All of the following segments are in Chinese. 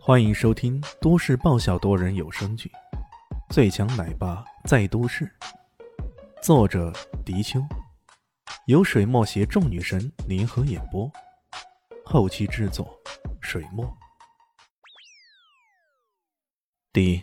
欢迎收听都市爆笑多人有声剧《最强奶爸在都市》，作者：迪秋，由水墨携众女神联合演播，后期制作：水墨。第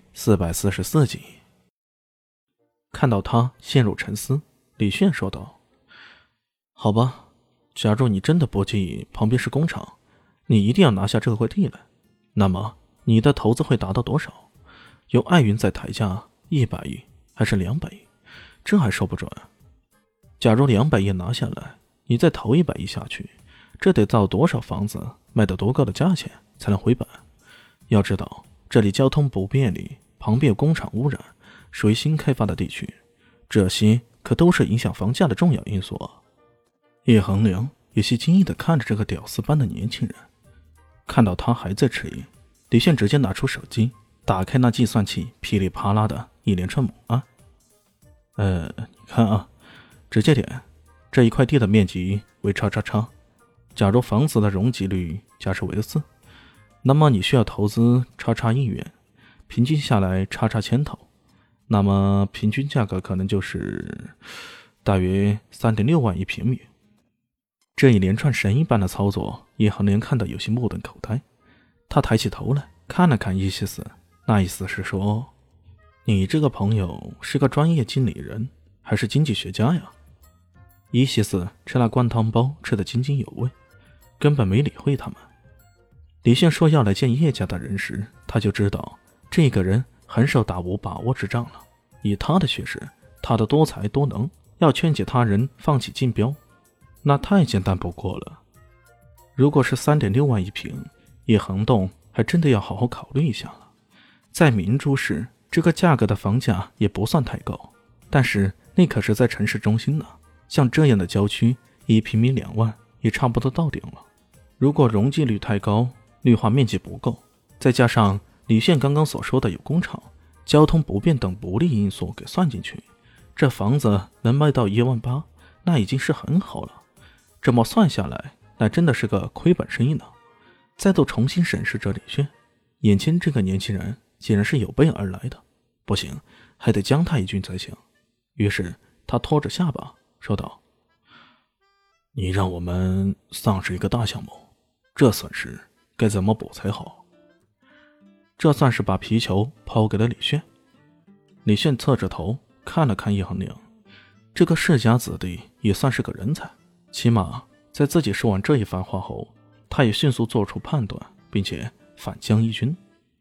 444集。看到他陷入沉思，李炫说道：好吧，假如你真的不介意旁边是工厂，你一定要拿下这块地来，那么你的投资会达到多少？由艾云在抬价100亿还是200亿？这还说不准。假如200亿拿下来，你再投100亿下去，这得造多少房子，卖到多高的价钱才能回本？要知道，这里交通不便利，旁边有工厂污染，属于新开发的地区，这些可都是影响房价的重要因素啊。叶恒良有些惊异地看着这个屌丝般的年轻人，看到他还在迟疑，李炫直接拿出手机，打开那计算器，噼里啪啦的一连串母按。你看啊，直接点，这一块地的面积为叉叉叉，假如房子的容积率假设为4，那么你需要投资叉叉亿元，平均下来叉叉千头，那么平均价格可能就是大约3.6万一平米。这一连串神一般的操作，叶恒良看得有些目瞪口呆。他抬起头来看了看伊西斯，那意思是说，你这个朋友是个专业经理人还是经济学家呀？伊西斯吃那灌汤包吃得津津有味，根本没理会他们。李炫说要来见叶家的人时，他就知道这个人很少打无把握之仗了。以他的学识，他的多才多能，要劝解他人放弃竞标，那太简单不过了。如果是3.6万一平，叶恒栋还真的要好好考虑一下了。在明珠市，这个价格的房价也不算太高，但是那可是在城市中心呢。像这样的郊区，1平米2万也差不多到顶了。如果容积率太高，绿化面积不够，再加上李炫刚刚所说的有工厂、交通不便等不利因素给算进去，这房子能卖到1万8，那已经是很好了。这么算下来，那真的是个亏本生意呢。再度重新审视着李炫，眼前这个年轻人竟然是有备而来的，不行，还得将他一军才行。于是他拖着下巴说道：你让我们丧失一个大项目，这损失该怎么补才好？这算是把皮球抛给了李炫。李炫侧着头看了看叶恒良，这个世家子弟也算是个人才，起码在自己说完这一番话后，他也迅速做出判断，并且反将一军。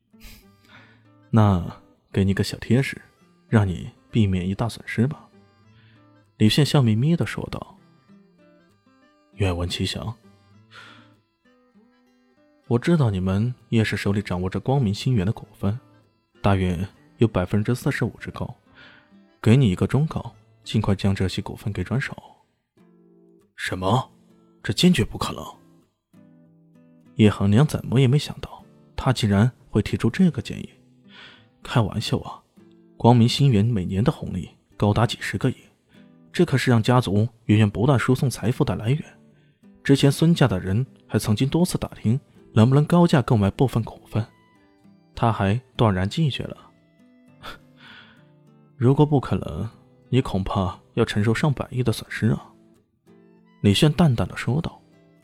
那给你个小贴士，让你避免一大损失吧。李炫笑眯眯地说道。愿闻其详。我知道你们叶氏手里掌握着光明星源的股份，大约有45%之高，给你一个忠告，尽快将这些股份给转手。什么？这坚决不可能！叶恒良怎么也没想到，他竟然会提出这个建议。开玩笑啊，光明星源每年的红利高达几十个亿，这可是让家族源源不断输送财富的来源。之前孙家的人还曾经多次打听能不能高价购买部分股份，他还断然拒绝了。如果不可能，你恐怕要承受上百亿的损失啊。李炫淡淡的说道。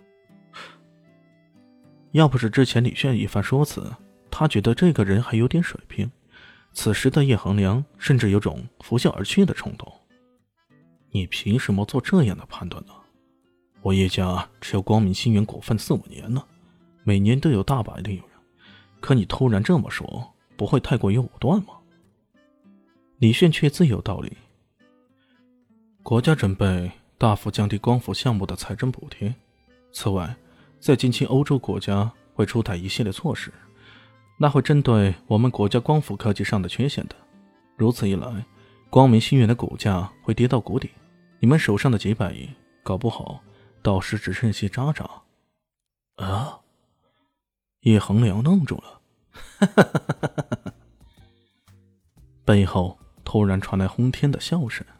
要不是之前李炫一番说辞，他觉得这个人还有点水平，此时的叶恒良甚至有种拂袖而去的冲动。你凭什么做这样的判断呢？我叶家持有光明星源股份4-5年了，每年都有大把利润，可你突然这么说，不会太过于武断吗？李炫却自有道理。国家准备大幅降低光伏项目的财政补贴，此外，在近期欧洲国家会出台一系列措施，那会针对我们国家光伏科技上的缺陷的。如此一来，光明星源的股价会跌到谷底，你们手上的几百亿，搞不好到时只剩些渣渣。啊！叶恒良愣住了，背后突然传来轰天的笑声。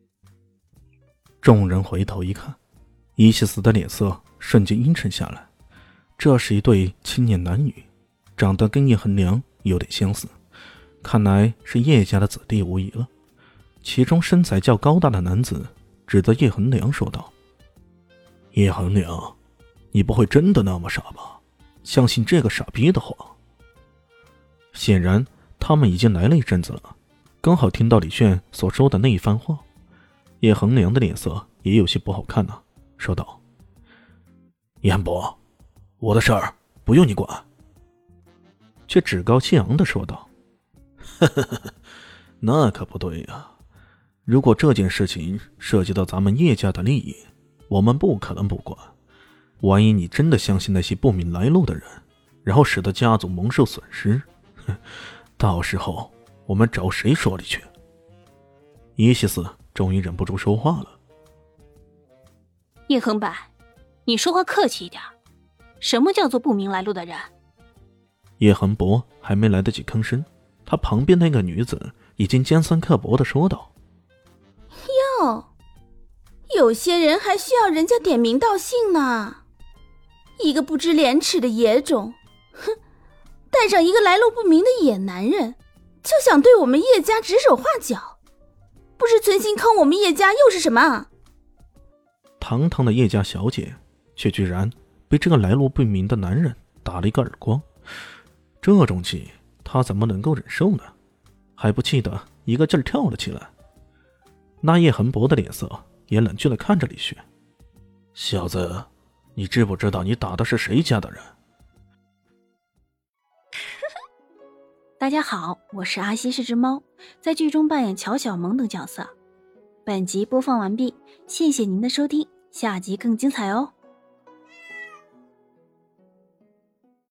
众人回头一看，伊西斯的脸色瞬间阴沉下来。这是一对青年男女， 长得跟叶恒良有点相似，看来是叶家的子弟无疑了。其中身材较高大的男子指着叶恒良说道：叶恒良，你不会真的那么傻吧？相信这个傻逼的话。显然他们已经来了一阵子了，刚好听到李炫所说的那一番话，叶恒良的脸色也有些不好看了，说道：彦博，我的事儿不用你管。却趾高气昂地说道：那可不对呀，如果这件事情涉及到咱们叶家的利益，我们不可能不管。万一你真的相信那些不明来路的人，然后使得家族蒙受损失，到时候我们找谁说理去？伊西斯终于忍不住说话了： 叶恒柏，你说话客气一点，什么叫做不明来路的人？ 叶恒博还没来得及吭声，他旁边那个女子已经尖酸刻薄地说道： 哟，有些人还需要人家点名道姓呢。一个不知廉耻的野种，哼，带上一个来路不明的野男人，就想对我们叶家指手画脚，不是存心坑我们叶家又是什么？ 堂堂的叶家小姐，却居然被这个来路不明的男人打了一个耳光，这种气她怎么能够忍受呢？还不气得一个劲儿跳了起来。那叶恒博的脸色也冷峻地看着李炫：小子，你知不知道你打的是谁家的人？ 大家好，我是阿西是只猫，在剧中扮演乔小萌等角色。本集播放完毕，谢谢您的收听，下集更精彩哦。